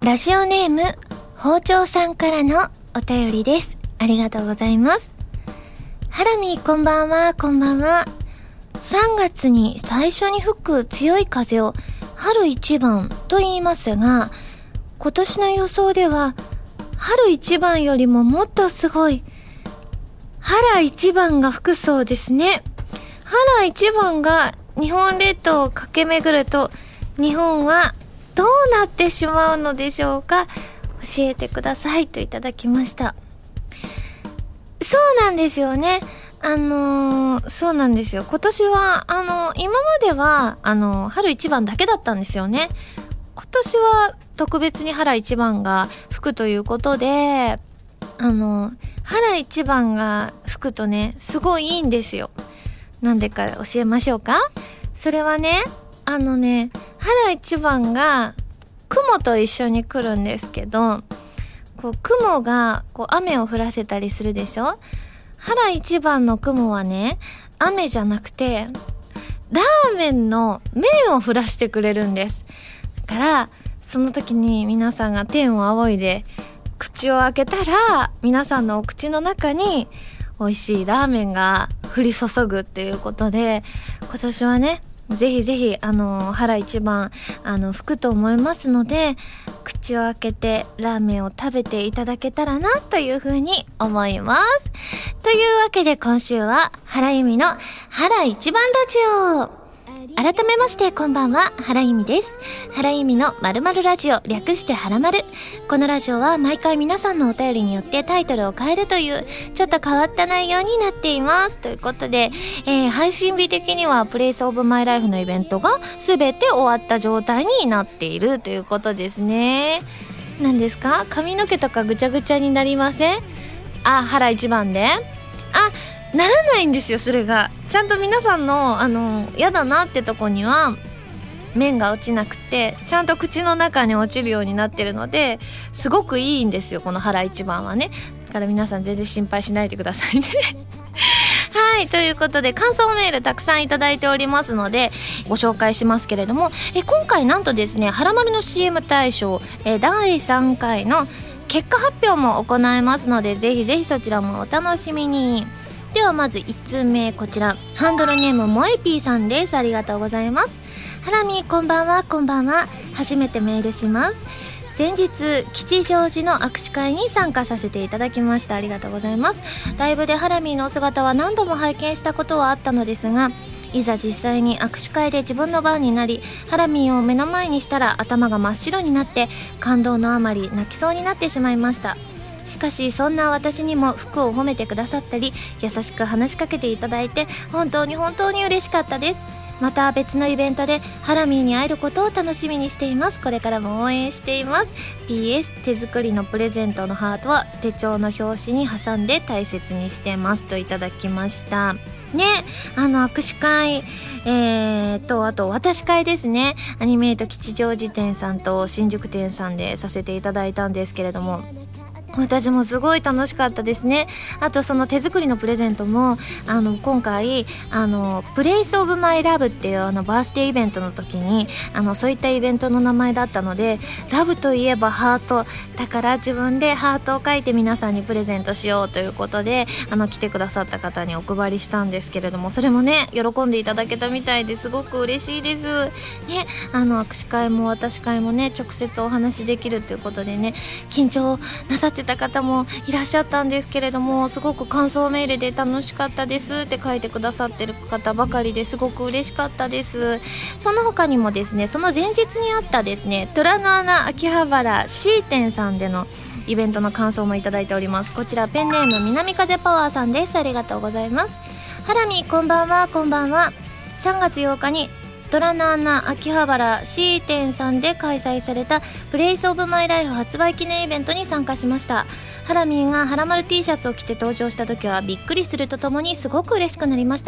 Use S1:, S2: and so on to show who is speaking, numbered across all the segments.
S1: ラジオネーム包丁さんからのお便りです。ありがとうございます。ハラミこんばんは。こんばんは。3月に最初に吹く強い風を春一番と言いますが、今年の予想では春一番よりももっとすごい原一番が吹くそうですね。原一番が日本列島を駆け巡ると、日本はどうなってしまうのでしょうか。教えてくださいといただきました。そうなんですよね。そうなんですよ。今年は今までは春一番だけだったんですよね。今年は特別に原一番が吹くということで、原一番が吹くとね、すごいいいんですよ。なんでか教えましょうか。それはね、原一番が雲と一緒に来るんですけど、雲が雨を降らせたりするでしょ。原一番の雲はね、雨じゃなくてラーメンの麺を降らしてくれるんです。だからその時に皆さんが天を仰いで口を開けたら、皆さんのお口の中に美味しいラーメンが降り注ぐっていうことで、今年はね、ぜひぜひ原一番吹くと思いますので、口を開けてラーメンを食べていただけたらなというふうに思います。というわけで今週は原由美の原一番ラジオ。改めましてこんばんは、原由美です。原由美の〇〇ラジオ、略して原〇。このラジオは毎回皆さんのお便りによってタイトルを変えるというちょっと変わった内容になっています。ということで、配信日的にはプレイスオブマイライフのイベントが全て終わった状態になっているということですね。何ですか？髪の毛とかぐちゃぐちゃになりません？原一番でならないんですよ。それがちゃんと皆さんのやだなってとこには麺が落ちなくて、ちゃんと口の中に落ちるようになってるので、すごくいいんですよ、この原一番はね。だから皆さん全然心配しないでくださいねはい、ということで感想メールたくさんいただいておりますのでご紹介しますけれども、今回なんとですね、原丸の CM 大賞、第3回の結果発表も行いますので、ぜひぜひそちらもお楽しみに。ではまず1通目、こちらハンドルネームもえぴーさんです。ありがとうございます。ハラミこんばんは。こんばんは。初めてメールします。先日吉祥寺の握手会に参加させていただきました。ありがとうございます。ライブでハラミのお姿は何度も拝見したことはあったのですが、いざ実際に握手会で自分の番になり、ハラミを目の前にしたら頭が真っ白になって感動のあまり泣きそうになってしまいました。しかしそんな私にも服を褒めてくださったり、優しく話しかけていただいて本当に本当に嬉しかったです。また別のイベントでハラミーに会えることを楽しみにしています。これからも応援しています。 PS 手作りのプレゼントのハートは手帳の表紙に挟んで大切にしてますといただきましたね。握手会あと私会ですね。アニメイト吉祥寺店さんと新宿店さんでさせていただいたんですけれども、私もすごい楽しかったですね。あとその手作りのプレゼントも今回プレイスオブマイラブっていうバースデーイベントの時にそういったイベントの名前だったので、ラブといえばハートだから自分でハートを書いて皆さんにプレゼントしようということで来てくださった方にお配りしたんですけれども、それもね喜んでいただけたみたいですごく嬉しいですね。握手会も私会もね直接お話できるということでね、緊張なさってた方もいらっしゃったんですけれども、すごく感想メールで楽しかったですって書いてくださってる方ばかりですごく嬉しかったです。その他にもですね、その前日にあったですね、虎の穴秋葉原 C 店さんでのイベントの感想もいただいております。こちらペンネーム南風パワーさんです。ありがとうございます。ハラミこんばんは。こんばんは。3月8日に虎の穴秋葉原 C 店さんで開催されたプレイスオブマイライフ発売記念イベントに参加しました。ハラミーがハラマル T シャツを着て登場した時はびっくりするとともにすごく嬉しくなりました。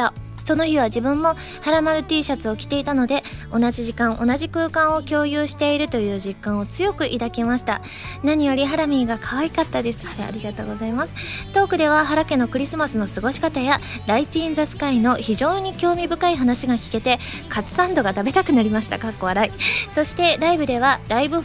S1: その日は自分もはらまる T シャツを着ていたので、同じ時間同じ空間を共有しているという実感を強く抱きました。何よりハラミーが可愛かったです。ありがとうございます。トークでは原家のクリスマスの過ごし方やライツインザスカイの非常に興味深い話が聞けて、カツサンドが食べたくなりました。かっこ笑い。そしてライブではライブ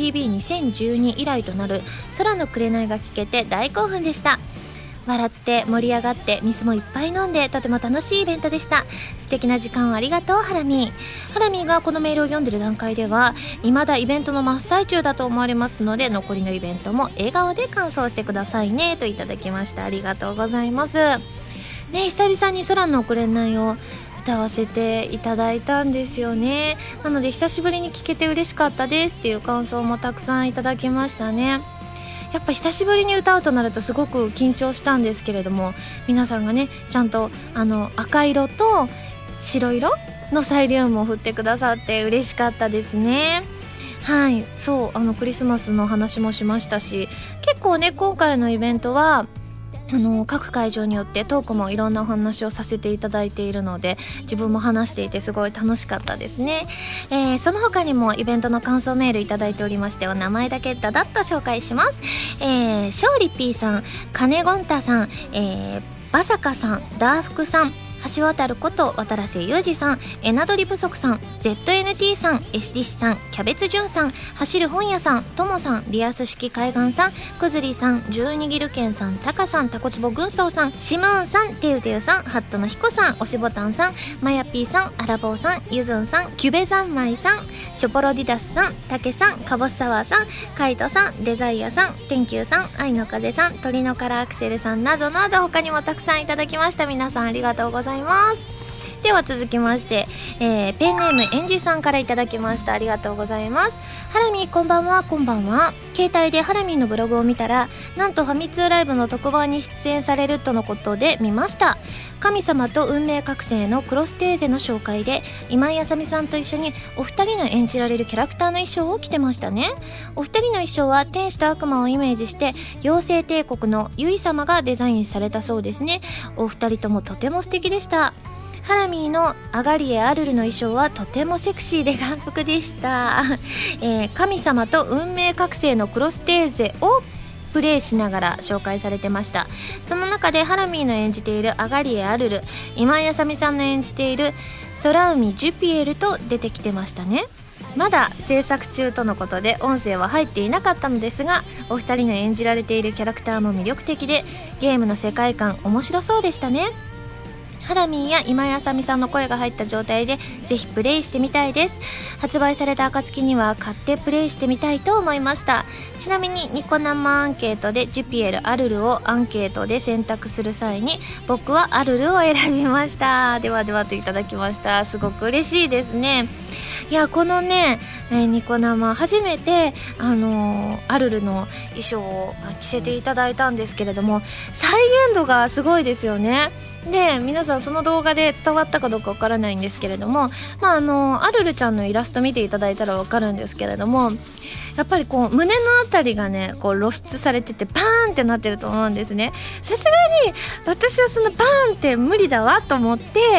S1: 5PB2012 以来となる空の紅が聞けて大興奮でした。笑って盛り上がって水もいっぱい飲んで、とても楽しいイベントでした。素敵な時間をありがとうハラミー。ハラミーがこのメールを読んでる段階では未だイベントの真っ最中だと思われますので、残りのイベントも笑顔で感想してくださいねといただきました。ありがとうございますね。久々に空の紅を歌わせていただいたんですよね。なので久しぶりに聞けて嬉しかったですっていう感想もたくさんいただきましたね。やっぱ久しぶりに歌うとなるとすごく緊張したんですけれども、皆さんがねちゃんと赤色と白色のサイリウムを振ってくださって嬉しかったですね。はい、そうクリスマスの話もしましたし、結構ね今回のイベントは各会場によってトークもいろんなお話をさせていただいているので、自分も話していてすごい楽しかったですね。その他にもイベントの感想メールいただいておりまして、お名前だけダダッと紹介します。勝利 P さん、金ゴンタさん、バサカさん、ダーフクさん、橋渡ること渡良瀬裕二さん、エナドリ不足さん、 ZNT さん、エシディシさん、キャベツジュンさん、走る本屋さん、ともさん、リアス式海岸さん、くずりさん、十二ギルケンさん、タカさん、タコツボ軍曹さん、シムーンさん、テウテウさん、ハットのひこさん、押しボタンさん、マヤピーさん、アラボーさん、ゆずんさん、キュベザンマイさん、ショポロディダスさん、タケさん、カボスサワーさん、カイトさん、デザイアさん、テンキューさん、愛の風さん、鳥のカラーアクセルさんなどなど他にもたくさんいただきました。皆さんありがとうございます。では続きまして、ペンネームエンジさんからいただきました。ありがとうございます。ハラミーこんばんは。こんばんは。携帯でハラミーのブログを見たら、なんとファミ通ライブの特番に出演されるとのことで見ました。神様と運命覚醒のクロステーゼの紹介で、今井あさみさんと一緒にお二人の演じられるキャラクターの衣装を着てましたね。お二人の衣装は天使と悪魔をイメージして妖精帝国のユイ様がデザインされたそうですね。お二人ともとても素敵でした。ハラミーのアガリエ・アルルの衣装はとてもセクシーで眼福でした。神様と運命覚醒のクロステーゼをプレイしながら紹介されてました。その中でハラミーの演じているアガリエ・アルル、今井あさみさんの演じている空海ジュピエルと出てきてましたね。まだ制作中とのことで音声は入っていなかったのですが、お二人の演じられているキャラクターも魅力的で、ゲームの世界観面白そうでしたね。ハラミーや今井あさみさんの声が入った状態でぜひプレイしてみたいです。発売された暁には買ってプレイしてみたいと思いました。ちなみにニコ生アンケートでジュピエル、アルルをアンケートで選択する際に僕はアルルを選びました。ではではといただきました。すごく嬉しいですね。いやこのね、ニコ生初めてアルルの衣装を着せていただいたんですけれども、再現度がすごいですよね。で皆さんその動画で伝わったかどうかわからないんですけれども、アルルちゃんのイラスト見ていただいたらわかるんですけれども、やっぱりこう胸のあたりがねこう露出されててパーンってなってると思うんですね。さすがに私はそのパーンって無理だわと思って、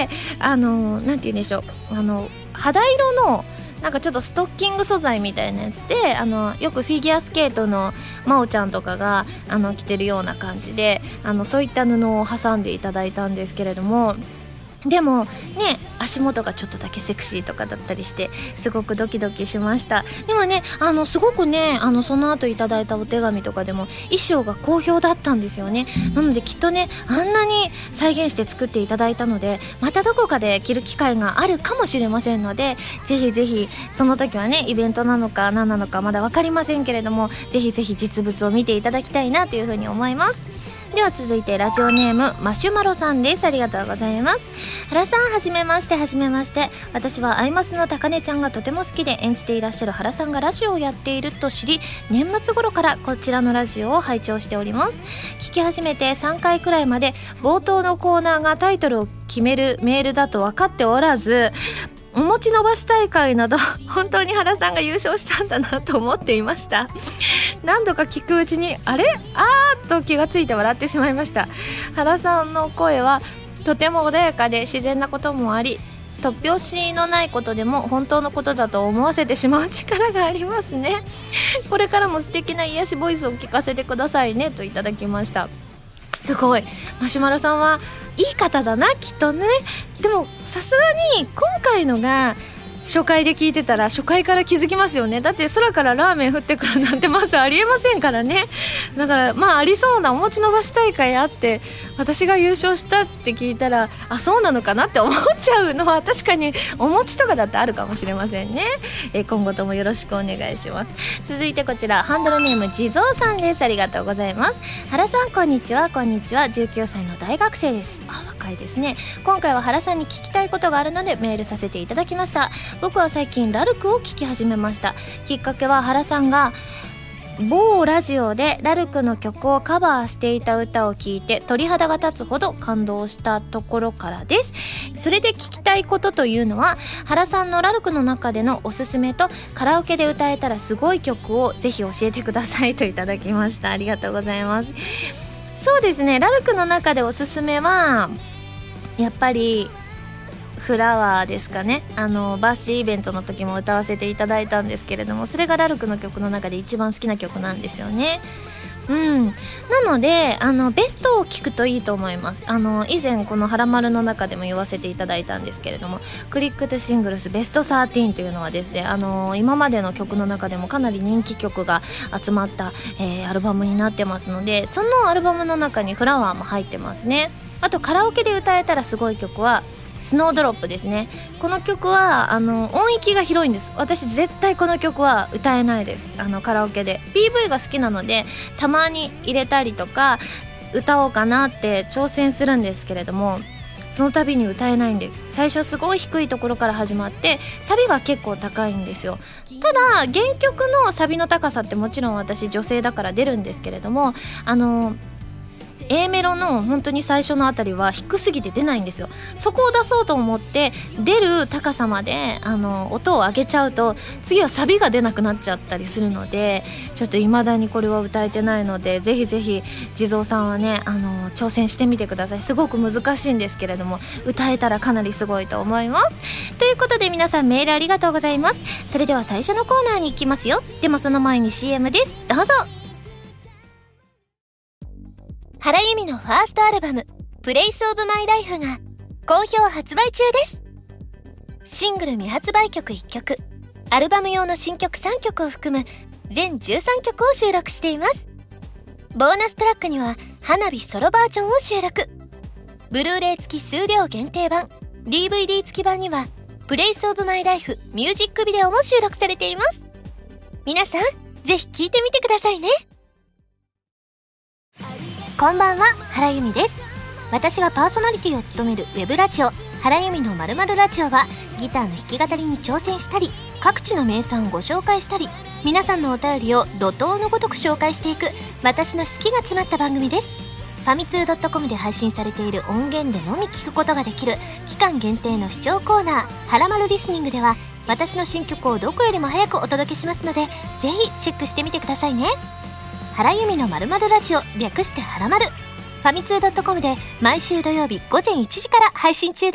S1: なんて言うんでしょう、肌色のなんかちょっとストッキング素材みたいなやつで、よくフィギュアスケートの真央ちゃんとかが着てるような感じでそういった布を挟んでいただいたんですけれども、でもね足元がちょっとだけセクシーとかだったりしてすごくドキドキしました。でもねすごくねその後いただいたお手紙とかでも衣装が好評だったんですよね。なのできっとねあんなに再現して作っていただいたので、またどこかで着る機会があるかもしれませんので、ぜひぜひその時はねイベントなのか何なのかまだ分かりませんけれども、ぜひぜひ実物を見ていただきたいなというふうに思います。では続いてラジオネームマシュマロさんです。ありがとうございます。原さんはじめまして。はじめまして。私はアイマスの高根ちゃんがとても好きで演じていらっしゃる原さんがラジオをやっていると知り、年末頃からこちらのラジオを拝聴しております。聞き始めて3回くらいまで冒頭のコーナーがタイトルを決めるメールだと分かっておらず、お餅伸ばし大会など本当に原さんが優勝したんだなと思っていました。何度か聞くうちにあれと気がついて笑ってしまいました。原さんの声はとても穏やかで自然なこともあり、突拍子のないことでも本当のことだと思わせてしまう力がありますね。これからも素敵な癒しボイスを聞かせてくださいね、といただきました。すごい、マシュマロさんはいい方だな、きっとね。でもさすがに今回のが初回で聞いてたら初回から気づきますよね。だって空からラーメン降ってくるなんてまずありえませんからね。だからまあありそうなお餅のばし大会あって私が優勝したって聞いたら、あ、そうなのかなって思っちゃうのは確かにお餅とかだってあるかもしれませんね。今後ともよろしくお願いします。続いてこちらハンドルネーム地蔵さんです。ありがとうございます。原さんこんにちは。こんにちは。19歳の大学生です。あ、若いですね。今回は原さんに聞きたいことがあるのでメールさせていただきました。僕は最近ラルクを聴き始めました。きっかけは原さんが某ラジオでラルクの曲をカバーしていた歌を聴いて鳥肌が立つほど感動したところからです。それで聞きたいことというのは、原さんのラルクの中でのおすすめとカラオケで歌えたらすごい曲をぜひ教えてください、といただきました。ありがとうございます。そうですね、ラルクの中でおすすめはやっぱりフラワーですかね。バースデーイベントの時も歌わせていただいたんですけれども、それがラルクの曲の中で一番好きな曲なんですよね。なのでベストを聞くといいと思います。以前このハラマルの中でも言わせていただいたんですけれども、クリックとシングルスベスト13というのはですね、今までの曲の中でもかなり人気曲が集まった、アルバムになってますので、そのアルバムの中にフラワーも入ってますね。あとカラオケで歌えたらすごい曲はスノードロップですね。この曲は音域が広いんです。私絶対この曲は歌えないです。カラオケで PV が好きなのでたまに入れたりとか歌おうかなって挑戦するんですけれども、その度に歌えないんです。最初すごい低いところから始まってサビが結構高いんですよ。ただ原曲のサビの高さってもちろん私女性だから出るんですけれども、A メロの本当に最初のあたりは低すぎて出ないんですよ。そこを出そうと思って出る高さまで音を上げちゃうと次はサビが出なくなっちゃったりするので、ちょっと未だにこれは歌えてないので、ぜひぜひ地蔵さんはね挑戦してみてください。すごく難しいんですけれども歌えたらかなりすごいと思います。ということで皆さんメールありがとうございます。それでは最初のコーナーに行きますよ。でもその前に CM です。どうぞ。原由美のファーストアルバム「プレイスオブマイライフが好評発売中です。シングル未発売曲1曲、アルバム用の新曲3曲を含む全13曲を収録しています。ボーナストラックには花火ソロバージョンを収録。ブルーレイ付き数量限定版、 DVD 付き版にはプレイスオブマイライフミュージックビデオも収録されています。皆さんぜひ聴いてみてくださいね。こんばんは、原由美です。私がパーソナリティを務めるウェブラジオ原由美の〇〇ラジオは、ギターの弾き語りに挑戦したり各地の名産をご紹介したり、皆さんのお便りを怒涛のごとく紹介していく私の好きが詰まった番組です。ファミツー .com で配信されている音源でのみ聞くことができる期間限定の視聴コーナー「はらまるリスニング」では、私の新曲をどこよりも早くお届けしますので、ぜひチェックしてみてくださいね。原由美の〇〇ラジオ、略してはらまる。ファミツー .com で毎週土曜日午前1時から配信中です。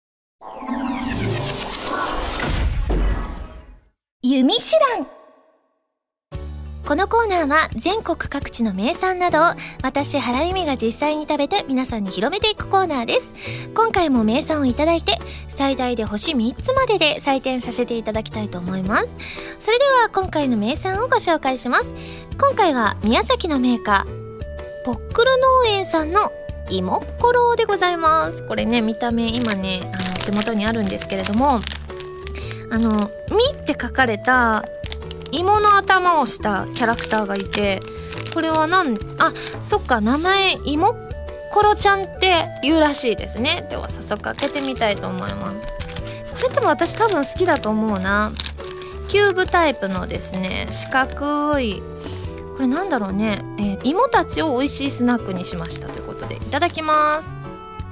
S1: ゆみしゅらん。このコーナーは全国各地の名産などを私原由美が実際に食べて皆さんに広めていくコーナーです。今回も名産をいただいて最大で星3つまでで採点させていただきたいと思います。それでは今回の名産をご紹介します。今回は宮崎のメーカーポックル農園さんの芋っころでございます。これね、見た目今ね手元にあるんですけれども、みって書かれた芋の頭をしたキャラクターがいて、これはそっか、名前芋っころちゃんって言うらしいですね。では早速開けてみたいと思います。これでも私多分好きだと思うな。キューブタイプのですね、四角い、これなんだろうね、芋たちを美味しいスナックにしましたということでいただきます。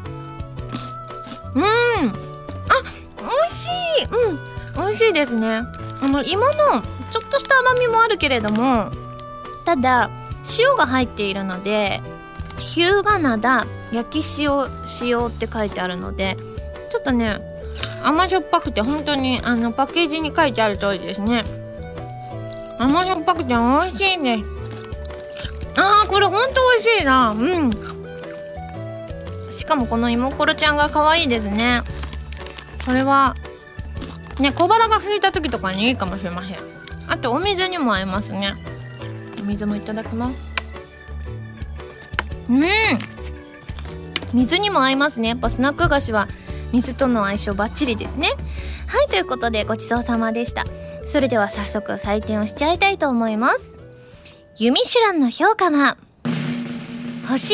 S1: 美味しい。美味しいですね。芋のちょっとした甘みもあるけれども、ただ塩が入っているので日向灘焼き塩使用って書いてあるので、ちょっとね甘じょっぱくて、本当にパッケージに書いてある通りですね。甘じょっぱくて美味しいです。これ本当美味しいな。しかもこのいもころちゃんが可愛いですね。これはね、小腹が空いた時とかにいいかもしれません。あとお水にも合いますね。お水もいただきます。水にも合いますね。やっぱスナック菓子は水との相性バッチリですね。はい、ということでごちそうさまでした。それでは早速採点をしちゃいたいと思います。ユミシュランの評価は星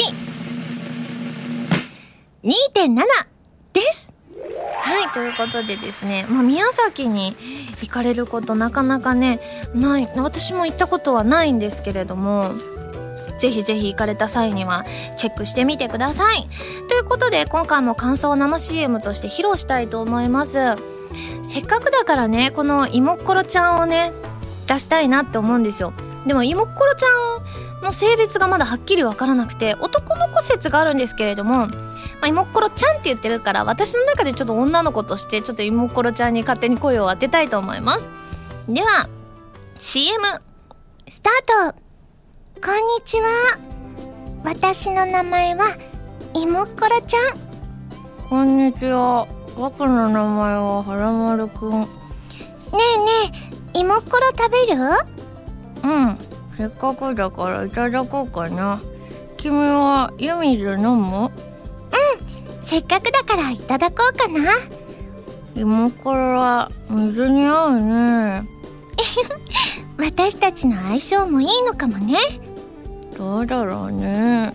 S1: 2.7 です。はい、ということでですね、宮崎に行かれることなかなかねない、私も行ったことはないんですけれども、ぜひぜひ行かれた際にはチェックしてみてください。ということで今回も感想を生 CM として披露したいと思います。せっかくだからね、このいもっころちゃんをね出したいなって思うんですよ。でもいもっころちゃんの性別がまだはっきりわからなくて、男の子説があるんですけれども、いもっころちゃんって言ってるから、私の中でちょっと女の子としてちょっといもっころちゃんに勝手に声を当てたいと思います。では CM スタート。こんにちは。私の名前はいもっころちゃん。こんにちは。僕の名前ははらまるくん。ねえねえ、いもっころ食べる？せっかくだからいただこうかな。君は湯水飲む？せっかくだからいただこうかな。いもっころは水に合うね。私たちの相性もいいのかもね。どうだろうね。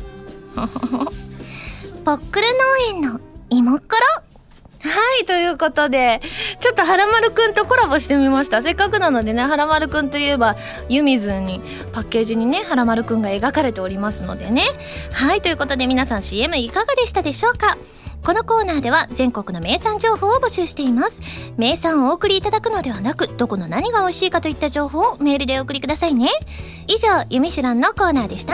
S1: ポックル農園のいもっころ。はい、ということでちょっとはらまるくんとコラボしてみました。せっかくなのでね、はらまるくんといえば湯水にパッケージにねはらまるくんが描かれておりますのでね。はい、ということで皆さん CM いかがでしたでしょうか。このコーナーでは全国の名産情報を募集しています。名産をお送りいただくのではなく、どこの何が美味しいかといった情報をメールでお送りくださいね。以上、ゆみしゅらんのコーナーでした。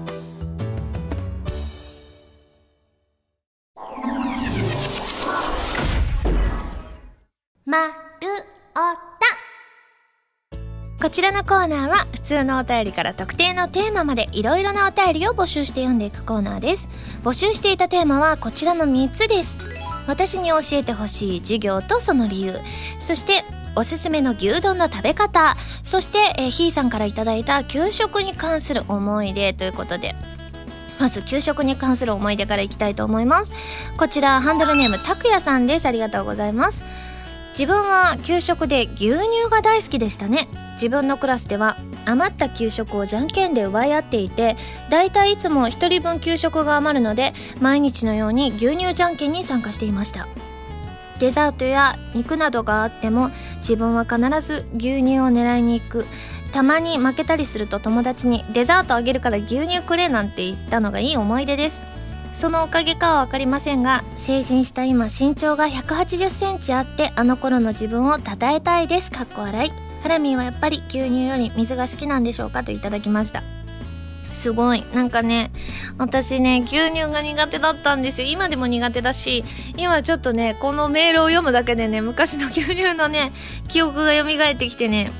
S1: まるおた。こちらのコーナーは普通のお便りから特定のテーマまでいろいろなお便りを募集して読んでいくコーナーです。募集していたテーマはこちらの3つです。私に教えてほしい授業とその理由、そしておすすめの牛丼の食べ方、そしてひーさんからいただいた給食に関する思い出ということで、まず給食に関する思い出からいきたいと思います。こちらハンドルネームたくやさんです。ありがとうございます。自分は給食で牛乳が大好きでしたね。自分のクラスでは余った給食をじゃんけんで奪い合っていて、だいたいいつも1人分給食が余るので毎日のように牛乳じゃんけんに参加していました。デザートや肉などがあっても自分は必ず牛乳を狙いに行く。たまに負けたりすると友達にデザートあげるから牛乳くれなんて言ったのがいい思い出です。そのおかげかは分かりませんが、成人した今身長が180センチあってあの頃の自分を称えたいです。かっこ笑い。ハラミーはやっぱり牛乳より水が好きなんでしょうか、といただきました。すごい、なんかね、私ね牛乳が苦手だったんですよ。今でも苦手だし、今ちょっとねこのメールを読むだけでね昔の牛乳のね記憶が蘇ってきてね、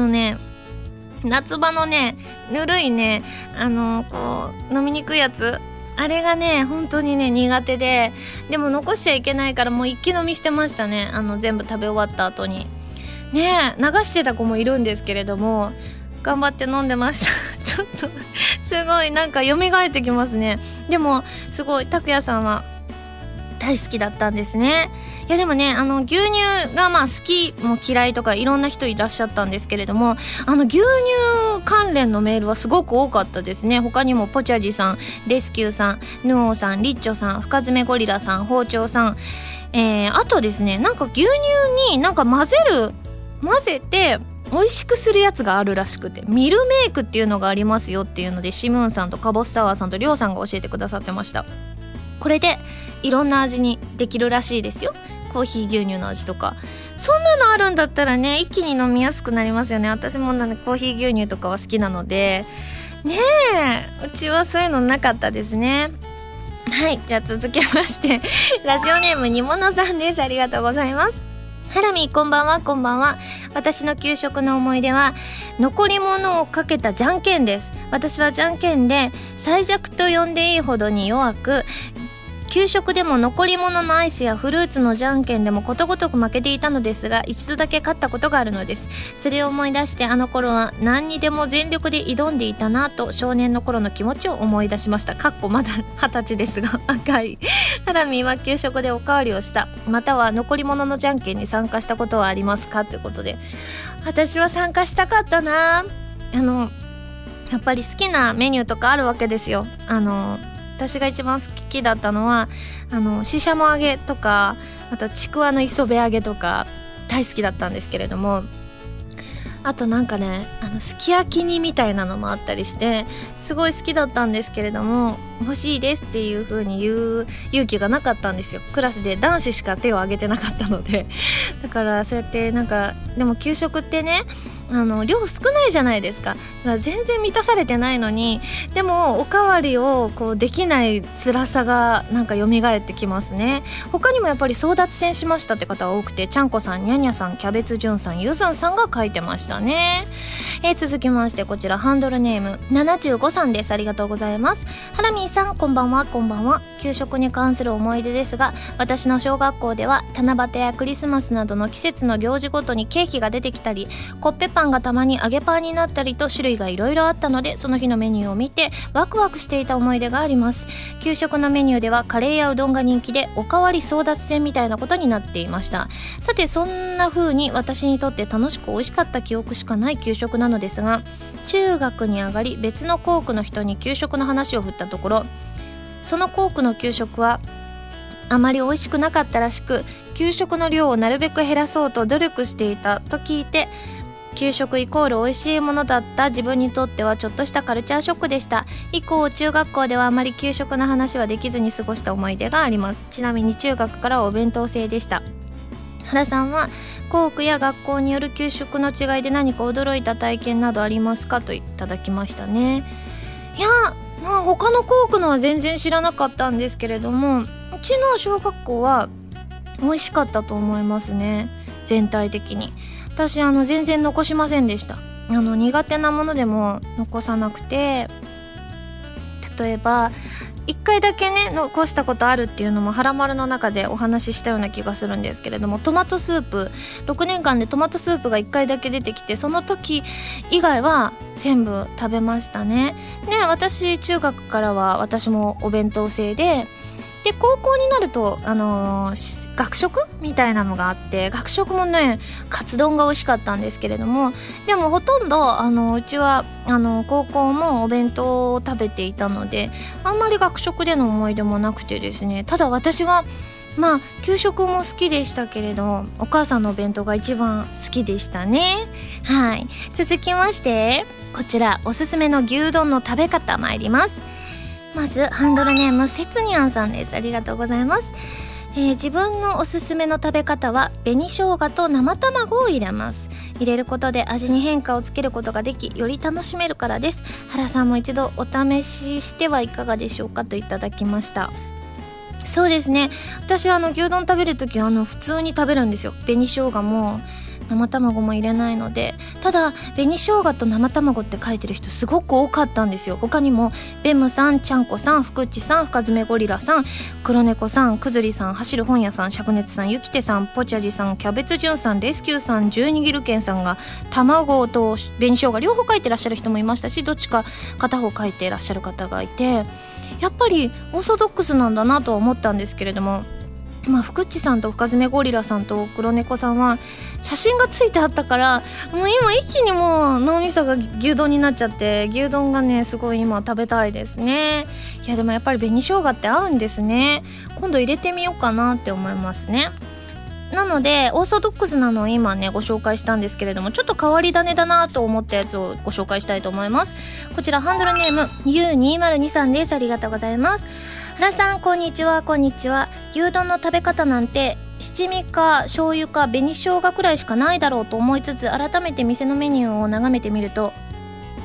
S1: 夏場のねぬるいねこう飲みにくいやつ、あれがね本当にね苦手で、でも残しちゃいけないからもう一気飲みしてましたね。全部食べ終わった後にね、流してた子もいるんですけれども頑張って飲んでましたちょっとすごいなんか蘇ってきますね。でもすごい拓也さんは大好きだったんですね。いやでもね牛乳がまあ好きも嫌いとかいろんな人いらっしゃったんですけれども、牛乳関連のメールはすごく多かったですね。他にもポチャジさん、レスキューさん、ヌオさん、リッチョさん、深爪ゴリラさん、包丁さん、あとですね、なんか牛乳になんか混ぜて美味しくするやつがあるらしくて、ミルメイクっていうのがありますよっていうので、シムーンさんとカボスタワーさんとリョウさんが教えてくださってました。これでいろんな味にできるらしいですよ。コーヒー牛乳の味とか、そんなのあるんだったらね一気に飲みやすくなりますよね。私もコーヒー牛乳とかは好きなのでね。うちはそういうのなかったですね。 はい、じゃあ続きましてラジオネームにものさんです。ありがとうございます。ハラミこんばんは。こんばんは。私の給食の思い出は残り物をかけたじゃんけんです。私はじゃんけんで最弱と呼んでいいほどに弱く、給食でも残り物のアイスやフルーツのじゃんけんでもことごとく負けていたのですが、一度だけ勝ったことがあるのです。それを思い出して、あの頃は何にでも全力で挑んでいたなと少年の頃の気持ちを思い出しました。かっこまだ20歳ですが赤い。ハラミは給食でおかわりをしたまたは残り物のじゃんけんに参加したことはありますかということで、私は参加したかったな。やっぱり好きなメニューとかあるわけですよ。私が一番好きだったのはししゃも揚げとか、あとちくわの磯辺揚げとか大好きだったんですけれども、あとなんかねすき焼き煮みたいなのもあったりしてすごい好きだったんですけれども、欲しいですっていう風に言う勇気がなかったんですよ。クラスで男子しか手を挙げてなかったのでだからそうやってなんか、でも給食ってね量少ないじゃないですか。だから全然満たされてないのに、でもおかわりをこうできない辛さがなんか蘇ってきますね。他にもやっぱり争奪戦しましたって方は多くて、ちゃんこさん、にゃにゃさん、キャベツじゅんさん、ゆずんさんが書いてましたね。続きましてこちらハンドルネーム75さんです。ありがとうございます。ハラミーさんこんばんは。こんばんは。給食に関する思い出ですが、私の小学校では七夕やクリスマスなどの季節の行事ごとにケーキが出てきたり、コッペパンがたまに揚げパンになったりと種類がいろいろあったので、その日のメニューを見てワクワクしていた思い出があります。給食のメニューではカレーやうどんが人気で、おかわり争奪戦みたいなことになっていました。さてそんな風に私にとって楽しく美味しかった記憶しかない給食なのですが、中学に上がり別の校区の人に給食の話を振ったところ、その校区の給食はあまり美味しくなかったらしく、給食の量をなるべく減らそうと努力していたと聞いて、給食イコール美味しいものだった自分にとってはちょっとしたカルチャーショックでした。以降中学校ではあまり給食の話はできずに過ごした思い出があります。ちなみに中学からはお弁当制でした。原さんは校区や学校による給食の違いで何か驚いた体験などありますかといただきましたね。いや他の校区のは全然知らなかったんですけれども、うちの小学校は美味しかったと思いますね。全体的に私全然残しませんでした。苦手なものでも残さなくて、例えば1回だけね残したことあるっていうのもはらまるの中でお話ししたような気がするんですけれども、トマトスープ6年間でトマトスープが1回だけ出てきて、その時以外は全部食べましたね。で私中学からは私もお弁当制で、高校になると学食みたいなのがあって、学食もねカツ丼が美味しかったんですけれども、でもほとんどうちは高校もお弁当を食べていたので、あんまり学食での思い出もなくてですね。ただ私は給食も好きでしたけれど、お母さんのお弁当が一番好きでしたね。はい、続きましてこちらおすすめの牛丼の食べ方参ります。まずハンドルネームせつにゃんさんです。ありがとうございます。自分のおすすめの食べ方は紅生姜と生卵を入れます。入れることで味に変化をつけることができ、より楽しめるからです。原さんも一度お試ししてはいかがでしょうかといただきました。そうですね、私牛丼食べるとき普通に食べるんですよ。紅生姜も生卵も入れないので。ただ紅生姜と生卵って書いてる人すごく多かったんですよ。他にもベムさん、ちゃんこさん、福地さん、深爪ゴリラさん、黒猫さん、くずりさん、走る本屋さん、灼熱さん、ゆきてさん、ぽちゃじさん、キャベツじゅんさん、レスキューさん、十二ギルケンさんが卵と紅生姜両方書いてらっしゃる人もいましたし、どっちか片方書いてらっしゃる方がいて、やっぱりオーソドックスなんだなとは思ったんですけれども、福地さんと深爪ゴリラさんと黒猫さんは写真がついてあったから、もう今一気にもう脳みそが牛丼になっちゃって、牛丼がねすごい今食べたいですね。いやでもやっぱり紅生姜って合うんですね。今度入れてみようかなって思いますね。なのでオーソドックスなのを今ねご紹介したんですけれども、ちょっと変わり種だなと思ったやつをご紹介したいと思います。こちらハンドルネーム U202 さんです。ありがとうございます。原さんこんにちは。こんにちは。牛丼の食べ方なんて七味か醤油か紅生姜くらいしかないだろうと思いつつ、改めて店のメニューを眺めてみると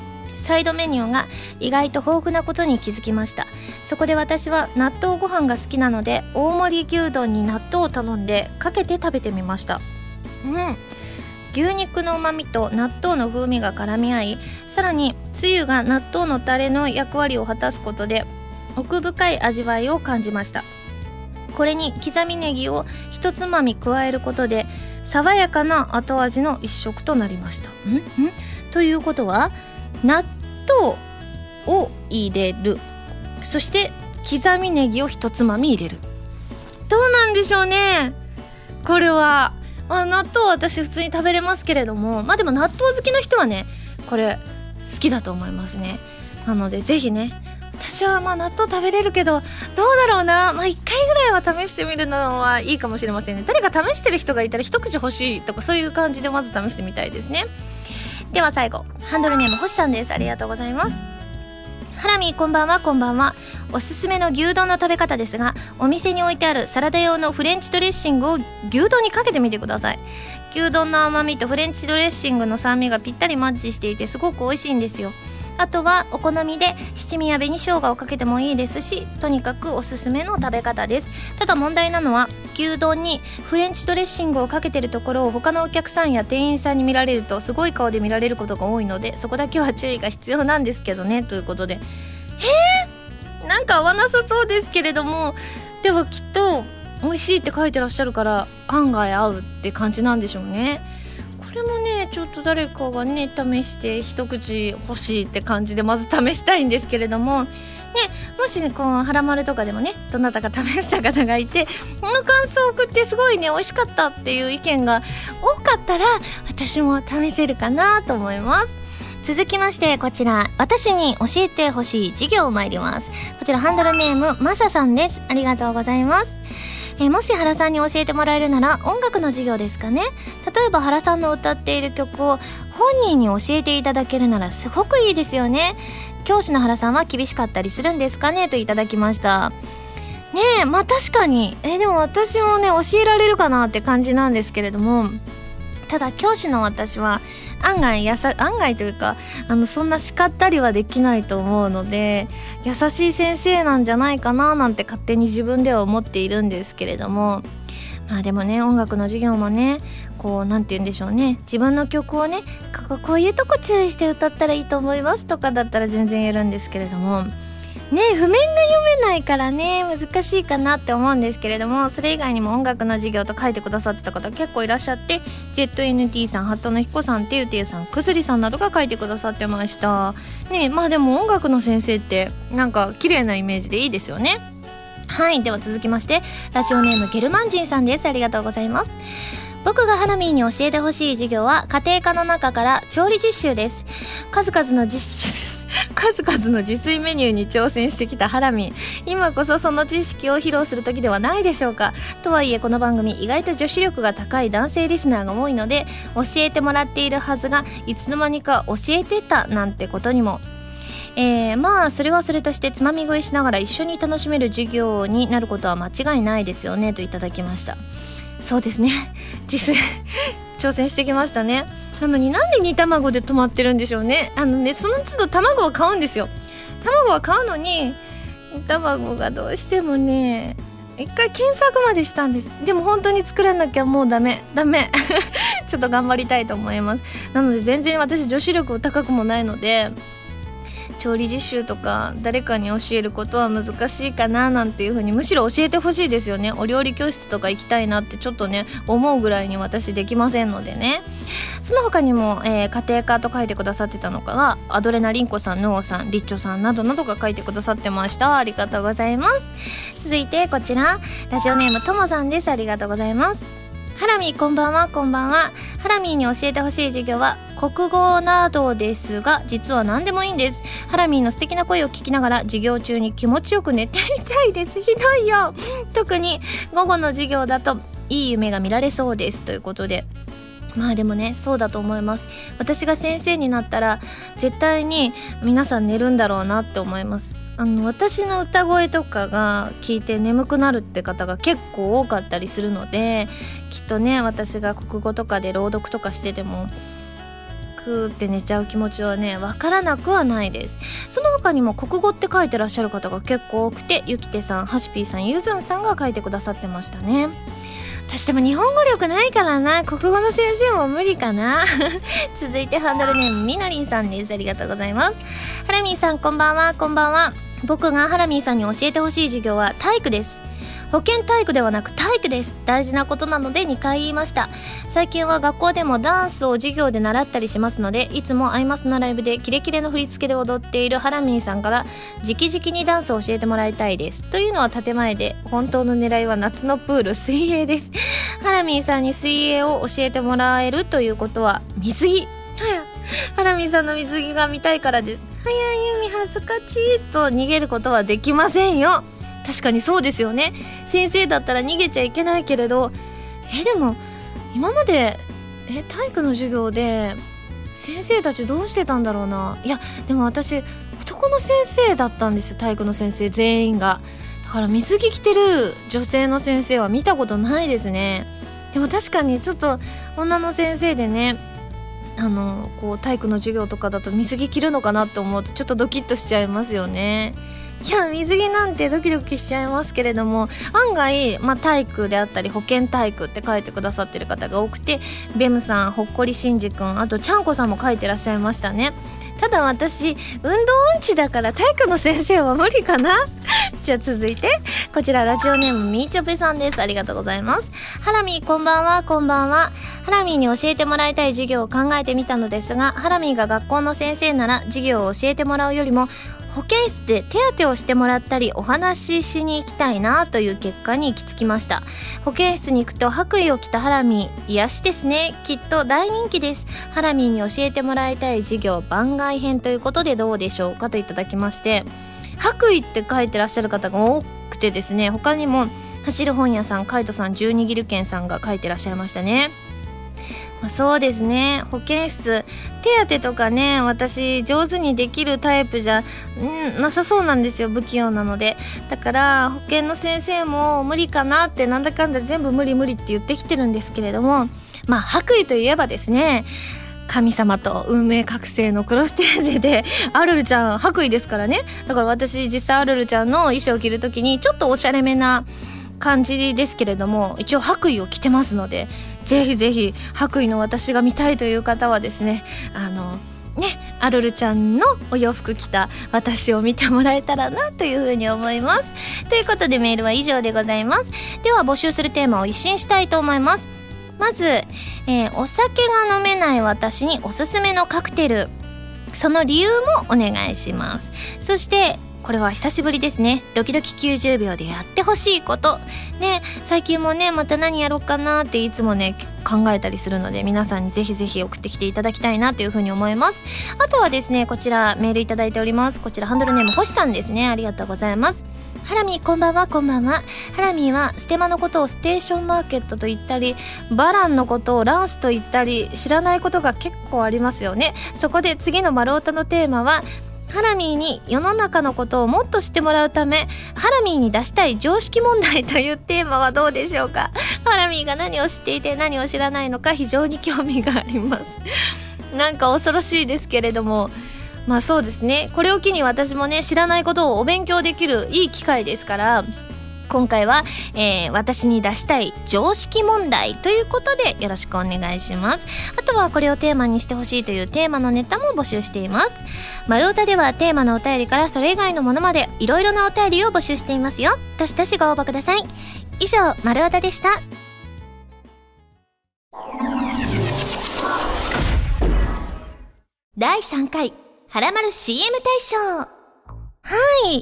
S1: サイドメニューが意外と豊富なことに気づきました。そこで私は納豆ご飯が好きなので大盛り牛丼に納豆を頼んでかけて食べてみました。牛肉の旨味と納豆の風味が絡み合い、さらにつゆが納豆のタレの役割を果たすことで奥深い味わいを感じました。これに刻みネギを一つまみ加えることで爽やかな後味の一食となりました。ということは納豆を入れる、そして刻みネギを一つまみ入れる。どうなんでしょうねこれは。納豆は私普通に食べれますけれども、でも納豆好きの人はねこれ好きだと思いますね。なのでぜひね、私は納豆食べれるけどどうだろうな、1回ぐらいは試してみるのはいいかもしれませんね。誰か試してる人がいたら一口欲しいとかそういう感じでまず試してみたいですね。では最後、ハンドルネーム星さんです。ありがとうございます。ハラミこんばんは。こんばんは。おすすめの牛丼の食べ方ですが、お店に置いてあるサラダ用のフレンチドレッシングを牛丼にかけてみてください。牛丼の甘みとフレンチドレッシングの酸味がぴったりマッチしていてすごく美味しいんですよ。あとはお好みで七味や紅生姜をかけてもいいですし、とにかくおすすめの食べ方です。ただ問題なのは牛丼にフレンチドレッシングをかけてるところを他のお客さんや店員さんに見られるとすごい顔で見られることが多いので、そこだけは注意が必要なんですけどね、ということで。なんか合わなさそうですけれども、でもきっと美味しいって書いてらっしゃるから案外合うって感じなんでしょうね。これもねちょっと誰かがね試して一口欲しいって感じでまず試したいんですけれどもね、もしねこうハラマルとかでもねどなたか試した方がいてこの感想を送ってすごいね美味しかったっていう意見が多かったら私も試せるかなと思います。続きましてこちら、私に教えてほしい授業参ります。こちらハンドルネームマサさんです。ありがとうございます。もし原さんに教えてもらえるなら音楽の授業ですかね。例えば原さんの歌っている曲を本人に教えていただけるならすごくいいですよね。教師の原さんは厳しかったりするんですかね、といただきましたね。確かにでも私もね教えられるかなって感じなんですけれども、ただ教師の私は案外というかそんな叱ったりはできないと思うので優しい先生なんじゃないかななんて勝手に自分では思っているんですけれども、でもね音楽の授業もねこうなんて言うんでしょうね、自分の曲をねこういうとこ注意して歌ったらいいと思いますとかだったら全然言えるんですけれどもね、譜面が読めないからね難しいかなって思うんですけれども、それ以外にも音楽の授業と書いてくださってた方結構いらっしゃって、 ZNT さん、ハットの彦さん、てゆてゆさん、くずりさんなどが書いてくださってましたね。でも音楽の先生ってなんか綺麗なイメージでいいですよね。はい、では続きましてラジオネームゲルマン人さんです。ありがとうございます。僕がハラミーに教えてほしい授業は家庭科の中から調理実習です。数々の自炊メニューに挑戦してきたハラミ、今こそその知識を披露する時ではないでしょうか。とはいえこの番組意外と女子力が高い男性リスナーが多いので教えてもらっているはずがいつの間にか教えてたなんてことにもそれはそれとしてつまみ食いしながら一緒に楽しめる授業になることは間違いないですよね、といただきました。そうですね、自炊挑戦してきましたね。なのになんで煮卵で止まってるんでしょうね。その都度卵は買うんですよ。卵は買うのに煮卵がどうしてもね一回検索までしたんです。でも本当に作らなきゃもうダメちょっと頑張りたいと思います。なので全然私女子力高くもないので調理実習とか誰かに教えることは難しいかななんていう風にむしろ教えてほしいですよね。お料理教室とか行きたいなってちょっとね思うぐらいに私できませんのでね。その他にも、家庭科と書いてくださってたのかがアドレナリンコさん、ノーさん、リッチョさんなどなどが書いてくださってました。ありがとうございます。続いてこちらラジオネームともさんです。ありがとうございます。ハラミこんばんは。こんばんは。ハラミーに教えてほしい授業は国語などですが実は何でもいいんです。ハラミーの素敵な声を聞きながら授業中に気持ちよく寝てみたいです。ひどいよ。特に午後の授業だといい夢が見られそうです、ということで。でもねそうだと思います。私が先生になったら絶対に皆さん寝るんだろうなって思います。私の歌声とかが聞いて眠くなるって方が結構多かったりするので、きっとね私が国語とかで朗読とかしててもくって寝ちゃう気持ちはねわからなくはないです。その他にも国語って書いてらっしゃる方が結構多くて、ゆきてさん、はしぴーさん、ゆずんさんが書いてくださってましたね。私でも日本語力ないからな、国語の先生も無理かな続いてハンドルネームみのりんさんです。ありがとうございます。ハラミーさんこんばんは。こんばんは。僕がハラミーさんに教えてほしい授業は体育です。保健体育ではなく体育です。大事なことなので2回言いました。最近は学校でもダンスを授業で習ったりしますので、いつもアイマスのライブでキレキレの振り付けで踊っているハラミーさんから直々にダンスを教えてもらいたいです。というのは建前で、本当の狙いは夏のプール水泳です。ハラミーさんに水泳を教えてもらえるということは水着ハラミーさんの水着が見たいからです。早い海恥ずかしいと逃げることはできませんよ。確かにそうですよね。先生だったら逃げちゃいけないけれど、でも今まで体育の授業で先生たちどうしてたんだろうな。いやでも私男の先生だったんですよ、体育の先生全員が。だから水着着てる女性の先生は見たことないですね。でも確かにちょっと女の先生でね、こう体育の授業とかだと水着着るのかなって思うとちょっとドキッとしちゃいますよね。いや水着なんてドキドキしちゃいますけれども、案外、体育であったり保健体育って書いてくださってる方が多くて、ベムさん、ほっこりしんじくん、あとちゃんこさんも書いてらっしゃいましたね。ただ私運動音痴だから体育の先生は無理かなじゃあ続いてこちらラジオネームみーちょぺさんです。ありがとうございます。ハラミーこんばんは。こんばんは。ハラミーに教えてもらいたい授業を考えてみたのですが、ハラミーが学校の先生なら授業を教えてもらうよりも保健室で手当てをしてもらったりお話ししに行きたいなという結果に行き着きました。保健室に行くと白衣を着たハラミー、癒しですね。きっと大人気です。ハラミーに教えてもらいたい授業番外編ということでどうでしょうかといただきまして、白衣って書いてらっしゃる方が多くてですね、他にも走る本屋さん、カイトさん、12ギルケンさんが書いてらっしゃいましたね。そうですね、保健室手当てとかね、私上手にできるタイプじゃなさそうなんですよ、不器用なので。だから保健の先生も無理かなって、なんだかんだ全部無理無理って言ってきてるんですけれども、白衣といえばですね、神様と運命覚醒のクロステーゼでアルルちゃん白衣ですからね。だから私実際アルルちゃんの衣装を着るときにちょっとおしゃれめな感じですけれども、一応白衣を着てますので、ぜひぜひ白衣の私が見たいという方はですね、アルルちゃんのお洋服着た私を見てもらえたらなというふうに思います。ということでメールは以上でございます。では募集するテーマを一新したいと思います。まず、お酒が飲めない私におすすめのカクテル、その理由もお願いします。そしてこれは久しぶりですね、ドキドキ90秒でやってほしいことね。最近もね、また何やろうかなっていつもね考えたりするので、皆さんにぜひぜひ送ってきていただきたいなというふうに思います。あとはですね、こちらメールいただいております。こちらハンドルネーム星さんですね。ありがとうございます。ハラミーこんばんは。こんばんは。ハラミーはステマのことをステーションマーケットと言ったり、バランのことをランスと言ったり、知らないことが結構ありますよね。そこで次の丸太のテーマは、ハラミーに世の中のことをもっと知ってもらうため、ハラミーに出したい常識問題というテーマはどうでしょうか。ハラミーが何を知っていて何を知らないのか非常に興味があります。なんか恐ろしいですけれども、そうですね、これを機に私もね、知らないことをお勉強できるいい機会ですから、今回は、私に出したい常識問題ということでよろしくお願いします。あとはこれをテーマにしてほしいというテーマのネタも募集しています。丸太ではテーマのお便りからそれ以外のものまでいろいろなお便りを募集していますよ。どしどしご応募ください。以上、丸太でした。第3回はらまる CM 大賞。はい、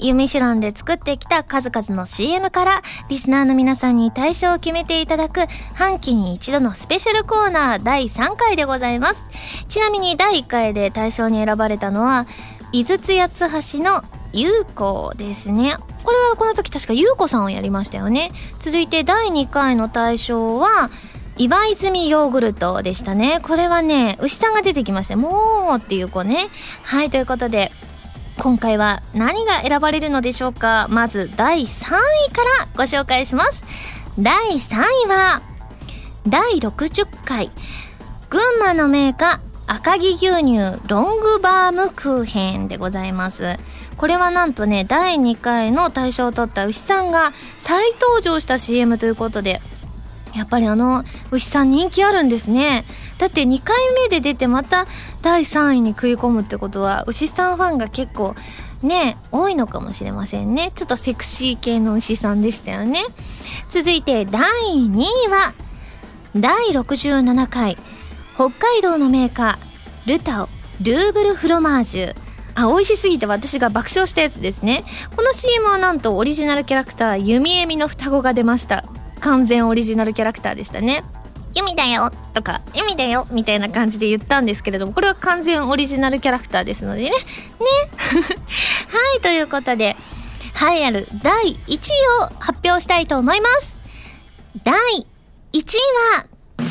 S1: ユミシュランで作ってきた数々の CM からリスナーの皆さんに大賞を決めていただく半期に一度のスペシャルコーナー第3回でございます。ちなみに第1回で大賞に選ばれたのは井筒八橋のゆうこですね。これはこの時確かゆうこさんをやりましたよね。続いて第2回の大賞は岩泉ヨーグルトでしたね。これはね、牛さんが出てきました。もうっていう子ね。はい、ということで今回は何が選ばれるのでしょうか。まず第3位からご紹介します。第3位は第60回群馬の銘菓赤城牛乳ロングバームクーヘンでございます。これはなんとね、第2回の大賞を取った牛さんが再登場した CM ということで、やっぱり牛さん人気あるんですね。だって2回目で出てまた第3位に食い込むってことは、牛さんファンが結構ね多いのかもしれませんね。ちょっとセクシー系の牛さんでしたよね。続いて第2位は第67回北海道のメーカールタオルーブルフロマージュ。美味しすぎて私が爆笑したやつですね。この CM はなんとオリジナルキャラクター弓エミの双子が出ました。完全オリジナルキャラクターでしたね。弓だよとか弓だよみたいな感じで言ったんですけれども、これは完全オリジナルキャラクターですのでねはい、ということで栄えある第1位を発表したいと思います。第1位は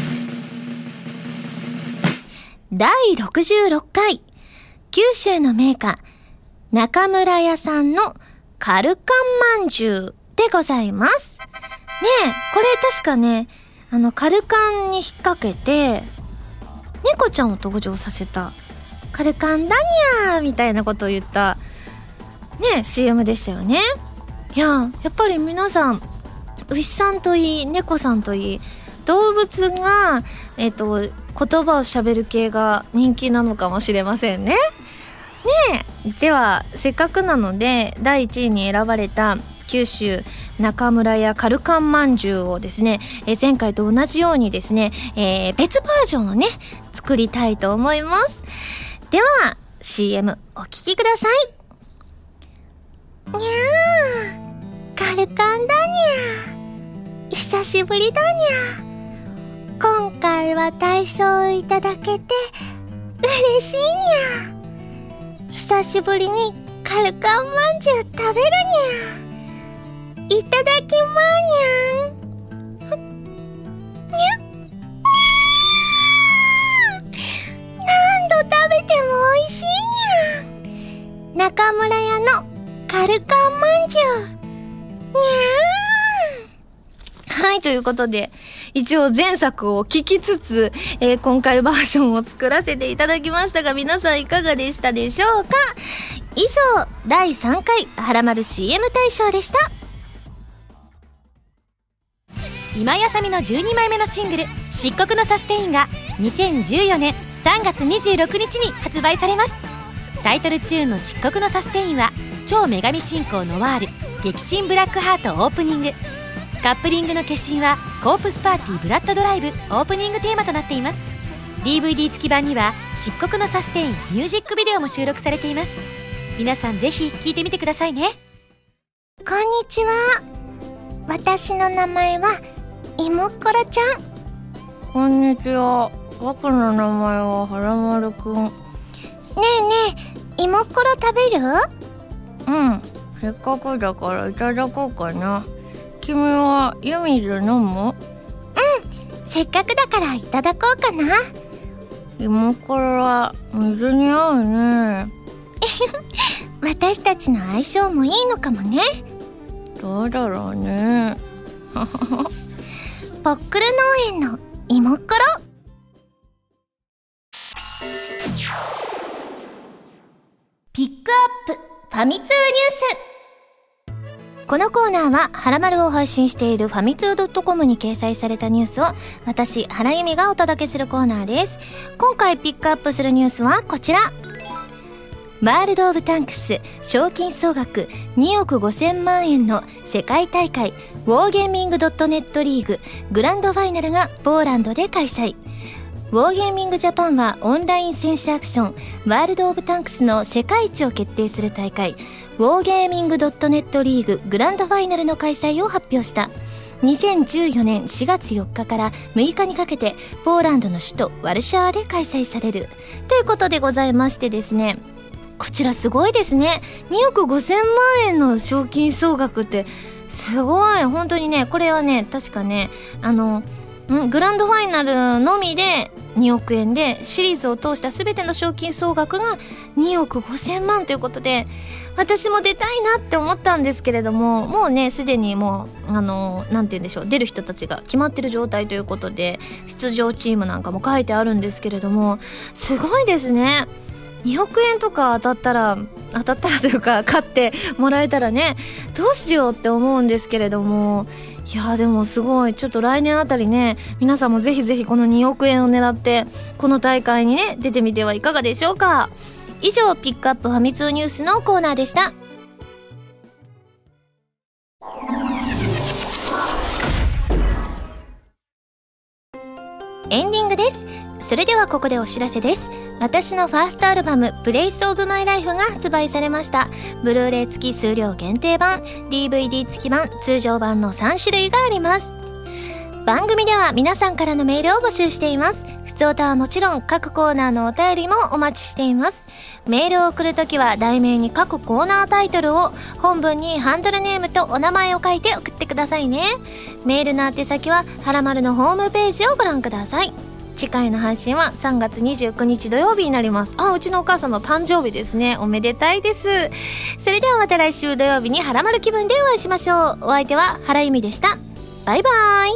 S1: 第66回九州のメーカー中村屋さんのカルカンまんじゅうでございますね。これ確かね、カルカンに引っ掛けて猫ちゃんを登場させたカルカンだにゃーみたいなことを言ったね CM でしたよね。やっぱり皆さん牛さんといい猫さんといい動物が言葉を喋る系が人気なのかもしれませんね。ではせっかくなので第1位に選ばれた九州中村屋カルカンまんじゅうをですね、前回と同じようにですね、別バージョンをね作りたいと思います。では CM お聞きください。にゃーカルカンだにゃー久しぶりだにゃー今回は大賞いただけて嬉しいにゃ。久しぶりにカルカンまんじゅう食べるにゃ。いただきまーにゃん。にゃ何度食べても美味しいにゃ。中村屋のカルカンまんじゅうにゃ。はい、ということで一応前作を聞きつつ、今回バージョンを作らせていただきましたが、皆さんいかがでしたでしょうか。以上第3回はらまる CM 大賞でした。
S2: 今やさみの12枚目のシングル「漆黒のサステイン」が2014年3月26日に発売されます。タイトルチューンの「漆黒のサステイン」は超女神信仰ノワール激震ブラックハートオープニング、カップリングの決心はコープスパーティーブラッドドライブオープニングテーマとなっています。 DVD 付き版には漆黒のサステインミュージックビデオも収録されています。皆さんぜひ聴いてみてくださいね。
S1: こんにちは、私の名前はイモコロちゃん。
S3: こんにちは、僕の名前ははらまるくん。
S1: ねえねえ、イモコロ食べる？
S3: うん、せっかくだからいただこうかな。君は湯水飲む？
S1: うん、せっかくだからいただこうかな。
S3: イモコロは水に合うね
S1: 私たちの相性もいいのかもね。
S3: どうだろうね
S1: ポックル農園のイモコロ。ピックアップファミ通ニュース。このコーナーははらまるを配信しているファミツー .com に掲載されたニュースを私原由美がお届けするコーナーです。今回ピックアップするニュースはこちら。ワールド・オブ・タンクス賞金総額2億5000万円の世界大会ウォーゲーミング .net リーググランドファイナルがポーランドで開催。ウォーゲーミングジャパンはオンライン戦士アクションワールド・オブ・タンクスの世界一を決定する大会ウォーゲーミング .net リーググランドファイナルの開催を発表した。2014年4月4日から6日にかけてポーランドの首都ワルシャワで開催されるということでございましてですね、こちらすごいですね。2億5000万円の賞金総額ってすごい。本当にね、これはね確かねグランドファイナルのみで 2億円で、シリーズを通した全ての賞金総額が2億5000万ということで、私も出たいなって思ったんですけれども、もうねすでにもうなんて言うんでしょう、出る人たちが決まってる状態ということで、出場チームなんかも書いてあるんですけれども、すごいですね。2億円とか当たったらというか買ってもらえたらね、どうしようって思うんですけれども、いやでもすごい、ちょっと来年あたりね、皆さんもぜひぜひこの2億円を狙ってこの大会にね出てみてはいかがでしょうか。以上、ピックアップファミ通ニュースのコーナーでした。エンディングです。それではここでお知らせです。私のファーストアルバムプレイスオブマイライフが発売されました。ブルーレイ付き数量限定版、 DVD 付き版、通常版の3種類があります。番組では皆さんからのメールを募集しています。ふつおたはもちろん各コーナーのお便りもお待ちしています。メールを送るときは題名に各コーナータイトルを、本文にハンドルネームとお名前を書いて送ってくださいね。メールの宛先ははらまるのホームページをご覧ください。次回の配信は3月29日土曜日になります。うちのお母さんの誕生日ですね。おめでたいです。それではまた来週土曜日にはらまる気分でお会いしましょう。お相手は原由美でした。バイバイ。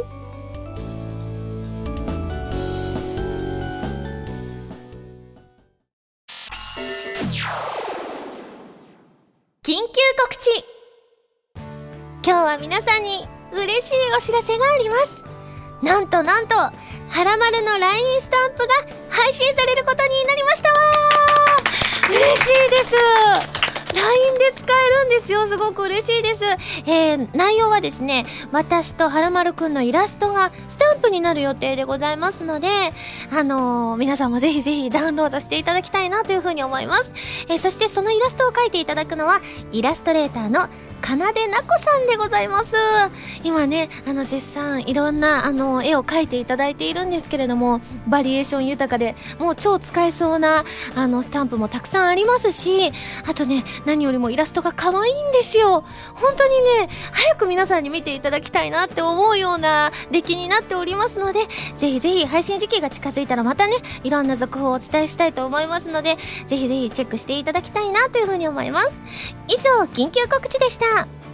S1: 緊急告知。今日は皆さんに嬉しいお知らせがあります。なんとはらまるの LINE スタンプが配信されることになりました。嬉しいです。 LINE で使えるんですよ。すごく嬉しいです。内容はですね、私とはらまるくんのイラストがスタンプになる予定でございますので、皆さんもぜひぜひダウンロードしていただきたいなというふうに思います。そしてそのイラストを描いていただくのはイラストレーターのかなでなこさんでございます。今ね絶賛いろんな絵を描いていただいているんですけれども、バリエーション豊かでもう超使えそうなスタンプもたくさんありますし、あとね何よりもイラストが可愛いんですよ。本当にね早く皆さんに見ていただきたいなって思うような出来になっておりますので、ぜひぜひ配信時期が近づいたらまたねいろんな続報をお伝えしたいと思いますので、ぜひぜひチェックしていただきたいなというふうに思います。以上、緊急告知でした。